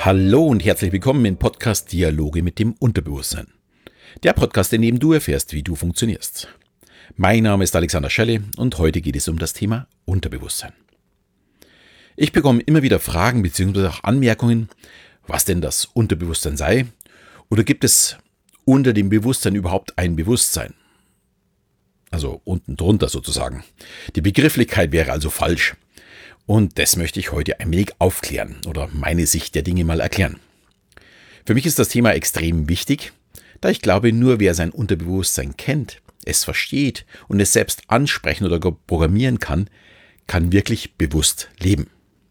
Hallo und herzlich willkommen im Podcast Dialoge mit dem Unterbewusstsein. Der Podcast, in dem du erfährst, wie du funktionierst. Mein Name ist Alexander Schelle und heute geht es um das Thema Unterbewusstsein. Ich bekomme immer wieder Fragen bzw. auch Anmerkungen, was denn das Unterbewusstsein sei, oder gibt es unter dem Bewusstsein überhaupt ein Bewusstsein? Also unten drunter sozusagen. Die Begrifflichkeit wäre also falsch. Und das möchte ich heute ein wenig aufklären oder meine Sicht der Dinge mal erklären. Für mich ist das Thema extrem wichtig, da ich glaube, nur wer sein Unterbewusstsein kennt, es versteht und es selbst ansprechen oder programmieren kann, kann wirklich bewusst leben.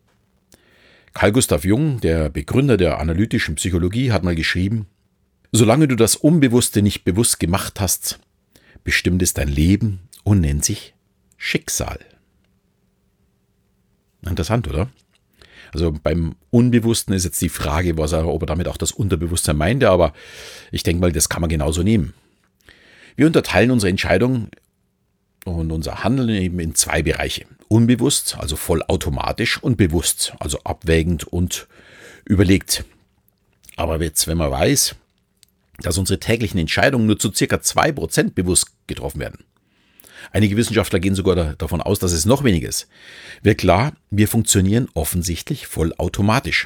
Carl Gustav Jung, der Begründer der analytischen Psychologie, hat mal geschrieben: Solange du das Unbewusste nicht bewusst gemacht hast, bestimmt es dein Leben und nennt sich Schicksal. Interessant, oder? Also beim Unbewussten ist jetzt die Frage, ob er damit auch das Unterbewusstsein meinte, aber ich denke mal, das kann man genauso nehmen. Wir unterteilen unsere Entscheidungen und unser Handeln eben in zwei Bereiche. Unbewusst, also vollautomatisch, und bewusst, also abwägend und überlegt. Aber jetzt, wenn man weiß, dass unsere täglichen Entscheidungen nur zu ca. 2% bewusst getroffen werden. Einige Wissenschaftler gehen sogar davon aus, dass es noch weniger ist. Wird klar, wir funktionieren offensichtlich vollautomatisch.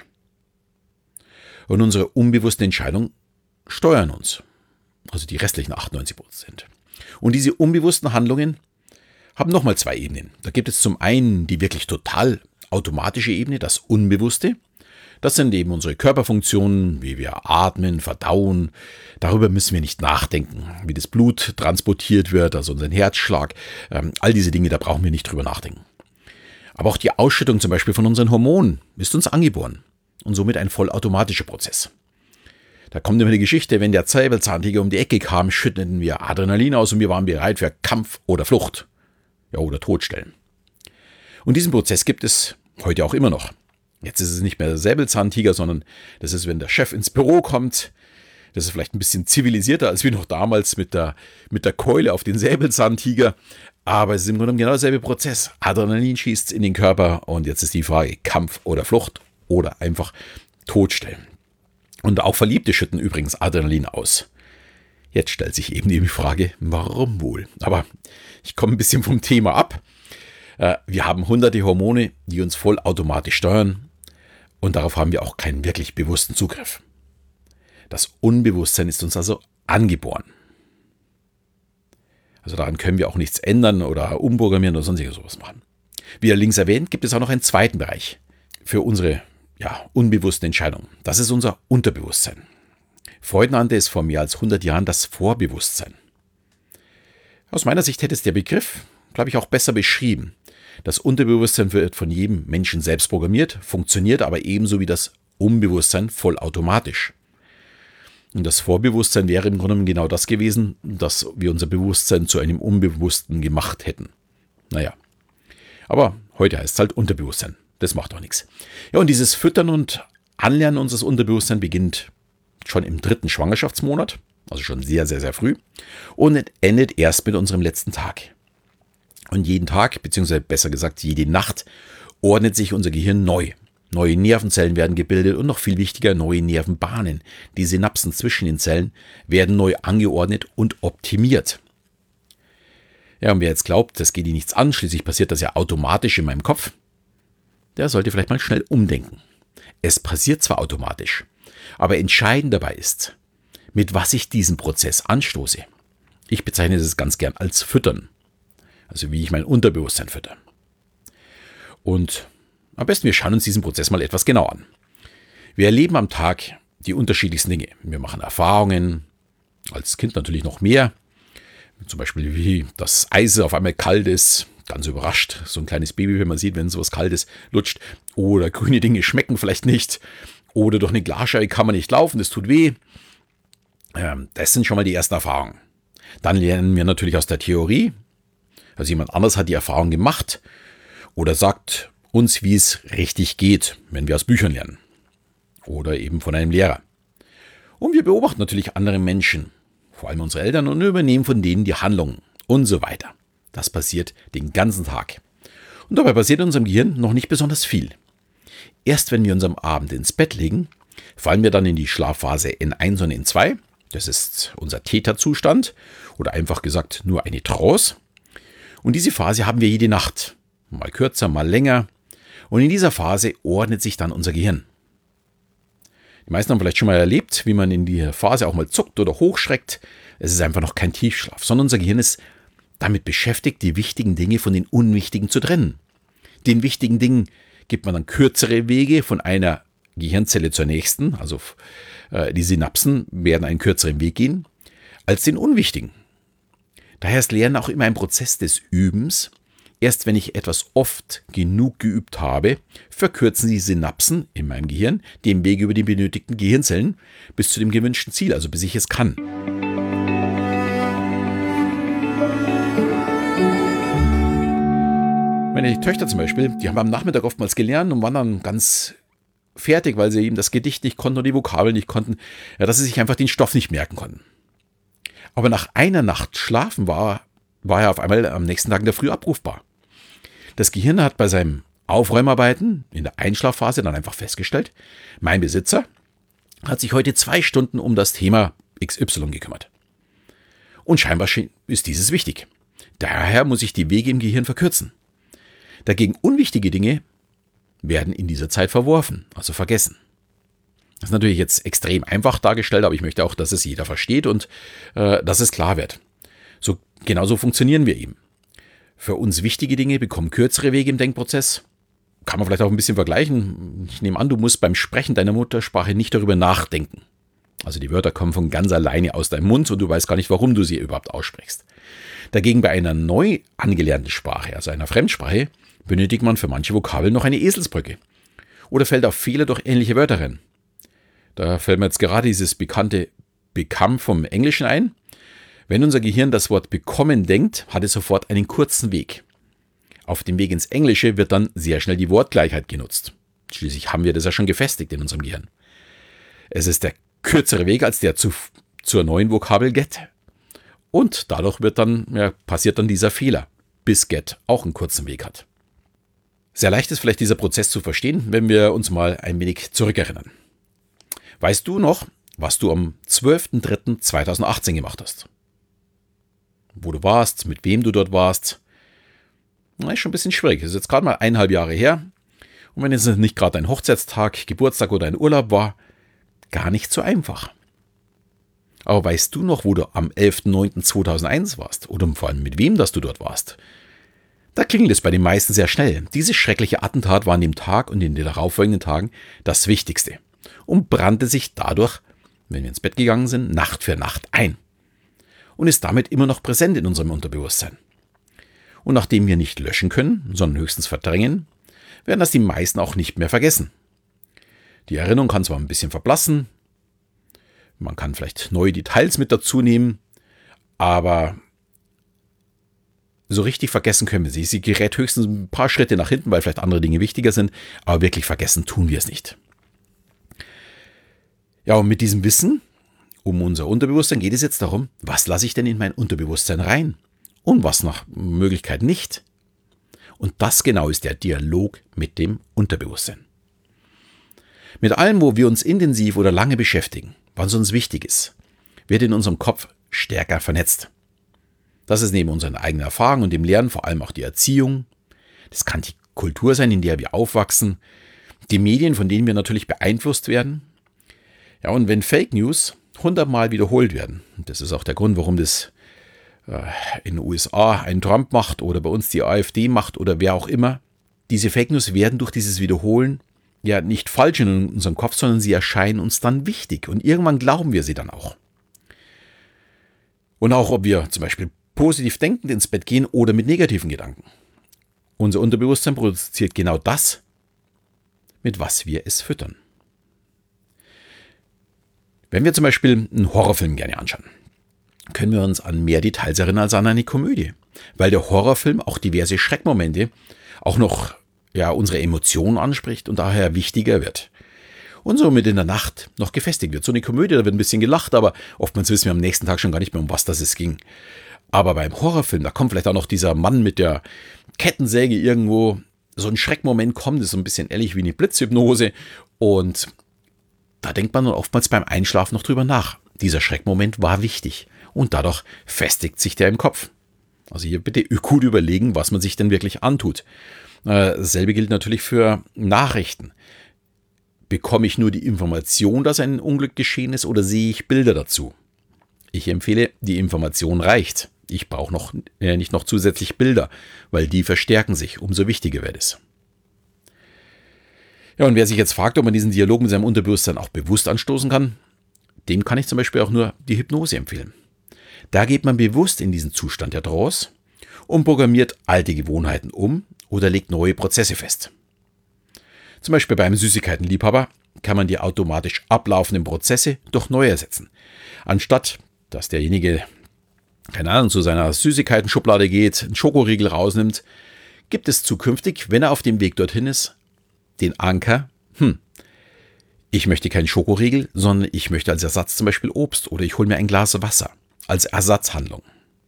Und unsere unbewussten Entscheidungen steuern uns. Also die restlichen 98%. Und diese unbewussten Handlungen haben nochmal zwei Ebenen. Da gibt es zum einen die wirklich total automatische Ebene, das Unbewusste. Das sind eben unsere Körperfunktionen, wie wir atmen, verdauen. Darüber müssen wir nicht nachdenken, wie das Blut transportiert wird, also unseren Herzschlag. All diese Dinge, da brauchen wir nicht drüber nachdenken. Aber auch die Ausschüttung zum Beispiel von unseren Hormonen ist uns angeboren und somit ein vollautomatischer Prozess. Da kommt immer die Geschichte, wenn der Säbelzahntiger um die Ecke kam, schütteten wir Adrenalin aus und wir waren bereit für Kampf oder Flucht. Ja, oder Todstellen. Und diesen Prozess gibt es heute auch immer noch. Jetzt ist es nicht mehr der Säbelzahntiger, sondern das ist, wenn der Chef ins Büro kommt. Das ist vielleicht ein bisschen zivilisierter als wie noch damals mit der Keule auf den Säbelzahntiger. Aber es ist im Grunde genau derselbe Prozess. Adrenalin schießt in den Körper und jetzt ist die Frage, Kampf oder Flucht oder einfach Todstellen. Und auch Verliebte schütten übrigens Adrenalin aus. Jetzt stellt sich eben die Frage, warum wohl? Aber ich komme ein bisschen vom Thema ab. Wir haben hunderte Hormone, die uns vollautomatisch steuern. Und darauf haben wir auch keinen wirklich bewussten Zugriff. Das Unbewusstsein ist uns also angeboren. Also daran können wir auch nichts ändern oder umprogrammieren oder sonstiges sowas machen. Wie links erwähnt, gibt es auch noch einen zweiten Bereich für unsere unbewussten Entscheidungen. Das ist unser Unterbewusstsein. Freud nannte es vor mehr als 100 Jahren das Vorbewusstsein. Aus meiner Sicht hätte es der Begriff, glaube ich, auch besser beschrieben. Das Unterbewusstsein wird von jedem Menschen selbst programmiert, funktioniert aber ebenso wie das Unbewusstsein vollautomatisch. Und das Vorbewusstsein wäre im Grunde genau das gewesen, dass wir unser Bewusstsein zu einem Unbewussten gemacht hätten. Naja, aber heute heißt es halt Unterbewusstsein. Das macht doch nichts. Ja, und dieses Füttern und Anlernen unseres Unterbewusstseins beginnt schon im 3. Schwangerschaftsmonat, also schon sehr, sehr, sehr früh, und endet erst mit unserem letzten Tag. Und jeden Tag, beziehungsweise besser gesagt jede Nacht, ordnet sich unser Gehirn neu. Neue Nervenzellen werden gebildet und noch viel wichtiger, neue Nervenbahnen. Die Synapsen zwischen den Zellen werden neu angeordnet und optimiert. Ja, und wer jetzt glaubt, das geht ihn nichts an, schließlich passiert das ja automatisch in meinem Kopf, der sollte vielleicht mal schnell umdenken. Es passiert zwar automatisch, aber entscheidend dabei ist, mit was ich diesen Prozess anstoße. Ich bezeichne es ganz gern als Füttern. Also wie ich mein Unterbewusstsein fütter. Und am besten wir schauen uns diesen Prozess mal etwas genau an. Wir erleben am Tag die unterschiedlichsten Dinge. Wir machen Erfahrungen, als Kind natürlich noch mehr. Zum Beispiel wie das Eis auf einmal kalt ist, ganz überrascht. So ein kleines Baby, wenn man sieht, wenn sowas Kaltes lutscht. Oder grüne Dinge schmecken vielleicht nicht. Oder durch eine Glasscheibe kann man nicht laufen, das tut weh. Das sind schon mal die ersten Erfahrungen. Dann lernen wir natürlich aus der Theorie. Also jemand anders hat die Erfahrung gemacht oder sagt uns, wie es richtig geht, wenn wir aus Büchern lernen. Oder eben von einem Lehrer. Und wir beobachten natürlich andere Menschen, vor allem unsere Eltern, und übernehmen von denen die Handlungen und so weiter. Das passiert den ganzen Tag. Und dabei passiert in unserem Gehirn noch nicht besonders viel. Erst wenn wir uns am Abend ins Bett legen, fallen wir dann in die Schlafphase N1 und N2. Das ist unser Theta-Zustand oder einfach gesagt nur eine Trance. Und diese Phase haben wir jede Nacht. Mal kürzer, mal länger. Und in dieser Phase ordnet sich dann unser Gehirn. Die meisten haben vielleicht schon mal erlebt, wie man in dieser Phase auch mal zuckt oder hochschreckt. Es ist einfach noch kein Tiefschlaf, sondern unser Gehirn ist damit beschäftigt, die wichtigen Dinge von den unwichtigen zu trennen. Den wichtigen Dingen gibt man dann kürzere Wege von einer Gehirnzelle zur nächsten, also die Synapsen werden einen kürzeren Weg gehen, als den unwichtigen. Daher ist Lernen auch immer ein Prozess des Übens. Erst wenn ich etwas oft genug geübt habe, verkürzen die Synapsen in meinem Gehirn den Weg über die benötigten Gehirnzellen bis zu dem gewünschten Ziel, also bis ich es kann. Meine Töchter zum Beispiel, die haben am Nachmittag oftmals gelernt und waren dann ganz fertig, weil sie eben das Gedicht nicht konnten und die Vokabeln nicht konnten, ja, dass sie sich einfach den Stoff nicht merken konnten. Aber nach einer Nacht Schlafen war er auf einmal am nächsten Tag in der Früh abrufbar. Das Gehirn hat bei seinem Aufräumarbeiten in der Einschlafphase dann einfach festgestellt, mein Besitzer hat sich heute 2 Stunden um das Thema XY gekümmert. Und scheinbar ist dieses wichtig. Daher muss ich die Wege im Gehirn verkürzen. Dagegen unwichtige Dinge werden in dieser Zeit verworfen, also vergessen. Das ist natürlich jetzt extrem einfach dargestellt, aber ich möchte auch, dass es jeder versteht und dass es klar wird. Genauso funktionieren wir eben. Für uns wichtige Dinge bekommen kürzere Wege im Denkprozess. Kann man vielleicht auch ein bisschen vergleichen. Ich nehme an, du musst beim Sprechen deiner Muttersprache nicht darüber nachdenken. Also die Wörter kommen von ganz alleine aus deinem Mund und du weißt gar nicht, warum du sie überhaupt aussprichst. Dagegen bei einer neu angelernten Sprache, also einer Fremdsprache, benötigt man für manche Vokabeln noch eine Eselsbrücke. Oder fällt auf Fehler durch ähnliche Wörter rein. Da fällt mir jetzt gerade dieses bekannte Become vom Englischen ein. Wenn unser Gehirn das Wort bekommen denkt, hat es sofort einen kurzen Weg. Auf dem Weg ins Englische wird dann sehr schnell die Wortgleichheit genutzt. Schließlich haben wir das ja schon gefestigt in unserem Gehirn. Es ist der kürzere Weg als der zur neuen Vokabel get. Und dadurch passiert dann dieser Fehler, bis get auch einen kurzen Weg hat. Sehr leicht ist vielleicht dieser Prozess zu verstehen, wenn wir uns mal ein wenig zurückerinnern. Weißt du noch, was du am 12.03.2018 gemacht hast? Wo du warst, mit wem du dort warst? Ist schon ein bisschen schwierig. Das ist jetzt gerade mal 1,5 Jahre her. Und wenn es nicht gerade ein Hochzeitstag, Geburtstag oder ein Urlaub war, gar nicht so einfach. Aber weißt du noch, wo du am 11.09.2001 warst? Oder vor allem mit wem, dass du dort warst? Da klingelt es bei den meisten sehr schnell. Dieses schreckliche Attentat war an dem Tag und in den darauffolgenden Tagen das Wichtigste und brannte sich dadurch, wenn wir ins Bett gegangen sind, Nacht für Nacht ein und ist damit immer noch präsent in unserem Unterbewusstsein. Und nachdem wir nicht löschen können, sondern höchstens verdrängen, werden das die meisten auch nicht mehr vergessen. Die Erinnerung kann zwar ein bisschen verblassen, man kann vielleicht neue Details mit dazu nehmen, aber so richtig vergessen können wir sie. Sie gerät höchstens ein paar Schritte nach hinten, weil vielleicht andere Dinge wichtiger sind, aber wirklich vergessen tun wir es nicht. Ja, und mit diesem Wissen um unser Unterbewusstsein geht es jetzt darum, was lasse ich denn in mein Unterbewusstsein rein und was nach Möglichkeit nicht. Und das genau ist der Dialog mit dem Unterbewusstsein. Mit allem, wo wir uns intensiv oder lange beschäftigen, was uns wichtig ist, wird in unserem Kopf stärker vernetzt. Das ist neben unseren eigenen Erfahrungen und dem Lernen vor allem auch die Erziehung. Das kann die Kultur sein, in der wir aufwachsen, die Medien, von denen wir natürlich beeinflusst werden. Ja, und wenn Fake News 100-mal wiederholt werden, und das ist auch der Grund, warum das in den USA ein Trump macht oder bei uns die AfD macht oder wer auch immer, diese Fake News werden durch dieses Wiederholen ja nicht falsch in unserem Kopf, sondern sie erscheinen uns dann wichtig und irgendwann glauben wir sie dann auch. Und auch ob wir zum Beispiel positiv denkend ins Bett gehen oder mit negativen Gedanken. Unser Unterbewusstsein produziert genau das, mit was wir es füttern. Wenn wir zum Beispiel einen Horrorfilm gerne anschauen, können wir uns an mehr Details erinnern als an eine Komödie, weil der Horrorfilm auch diverse Schreckmomente, auch noch unsere Emotionen anspricht und daher wichtiger wird. Und somit in der Nacht noch gefestigt wird. So eine Komödie, da wird ein bisschen gelacht, aber oftmals wissen wir am nächsten Tag schon gar nicht mehr, um was das es ging. Aber beim Horrorfilm, da kommt vielleicht auch noch dieser Mann mit der Kettensäge irgendwo, so ein Schreckmoment kommt, das ist so ein bisschen ehrlich wie eine Blitzhypnose und da denkt man oftmals beim Einschlafen noch drüber nach. Dieser Schreckmoment war wichtig und dadurch festigt sich der im Kopf. Also hier bitte gut überlegen, was man sich denn wirklich antut. Dasselbe gilt natürlich für Nachrichten. Bekomme ich nur die Information, dass ein Unglück geschehen ist, oder sehe ich Bilder dazu? Ich empfehle, die Information reicht. Ich brauche nicht noch zusätzlich Bilder, weil die verstärken sich. Umso wichtiger wird es. Ja, und wer sich jetzt fragt, ob man diesen Dialog mit seinem Unterbewusstsein auch bewusst anstoßen kann, dem kann ich zum Beispiel auch nur die Hypnose empfehlen. Da geht man bewusst in diesen Zustand der Trance und programmiert alte Gewohnheiten um oder legt neue Prozesse fest. Zum Beispiel beim Süßigkeitenliebhaber kann man die automatisch ablaufenden Prozesse durch neu ersetzen. Anstatt, dass derjenige, keine Ahnung, zu seiner Süßigkeiten-Schublade geht, einen Schokoriegel rausnimmt, gibt es zukünftig, wenn er auf dem Weg dorthin ist, den Anker, ich möchte keinen Schokoriegel, sondern ich möchte als Ersatz zum Beispiel Obst oder ich hole mir ein Glas Wasser als Ersatzhandlung.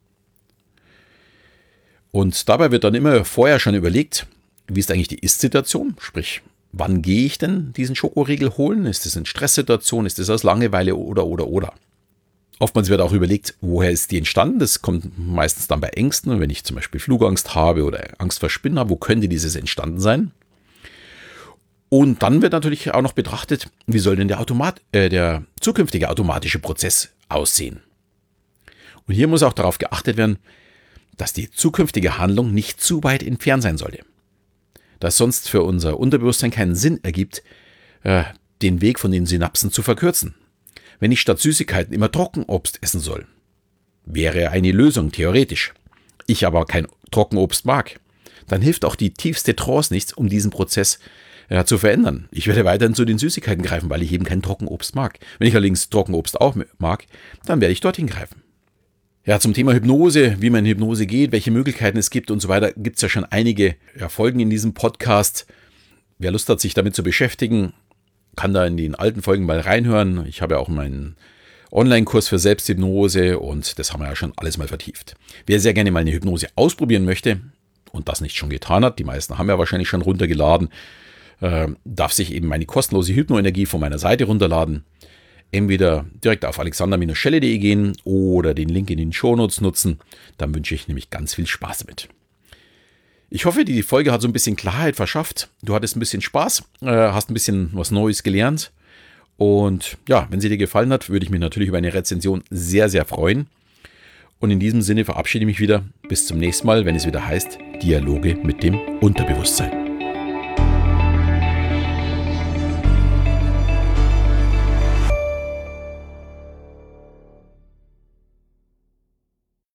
Und dabei wird dann immer vorher schon überlegt, wie ist eigentlich die Ist-Situation, sprich, wann gehe ich denn diesen Schokoriegel holen? Ist das in Stresssituation, ist das aus Langeweile oder? Oftmals wird auch überlegt, woher ist die entstanden? Das kommt meistens dann bei Ängsten, wenn ich zum Beispiel Flugangst habe oder Angst vor Spinnen habe, wo könnte dieses entstanden sein? Und dann wird natürlich auch noch betrachtet, wie soll denn der zukünftige automatische Prozess aussehen? Und hier muss auch darauf geachtet werden, dass die zukünftige Handlung nicht zu weit entfernt sein sollte. Da es sonst für unser Unterbewusstsein keinen Sinn ergibt, den Weg von den Synapsen zu verkürzen. Wenn ich statt Süßigkeiten immer Trockenobst essen soll, wäre eine Lösung theoretisch. Ich aber kein Trockenobst mag, dann hilft auch die tiefste Trance nichts, um diesen Prozess zu verändern. Ich werde weiterhin zu den Süßigkeiten greifen, weil ich eben kein Trockenobst mag. Wenn ich allerdings Trockenobst auch mag, dann werde ich dorthin greifen. Ja, zum Thema Hypnose, wie man in Hypnose geht, welche Möglichkeiten es gibt und so weiter, gibt es ja schon einige Folgen in diesem Podcast. Wer Lust hat, sich damit zu beschäftigen, kann da in den alten Folgen mal reinhören. Ich habe ja auch meinen Online-Kurs für Selbsthypnose und das haben wir ja schon alles mal vertieft. Wer sehr gerne mal eine Hypnose ausprobieren möchte und das nicht schon getan hat, die meisten haben ja wahrscheinlich schon runtergeladen, darf sich eben meine kostenlose Hypnoenergie von meiner Seite runterladen. Entweder direkt auf alexander-schelle.de gehen oder den Link in den Shownotes nutzen. Dann wünsche ich nämlich ganz viel Spaß damit. Ich hoffe, die Folge hat so ein bisschen Klarheit verschafft. Du hattest ein bisschen Spaß, hast ein bisschen was Neues gelernt. Und ja, wenn sie dir gefallen hat, würde ich mich natürlich über eine Rezension sehr, sehr freuen. Und in diesem Sinne verabschiede ich mich wieder. Bis zum nächsten Mal, wenn es wieder heißt Dialoge mit dem Unterbewusstsein.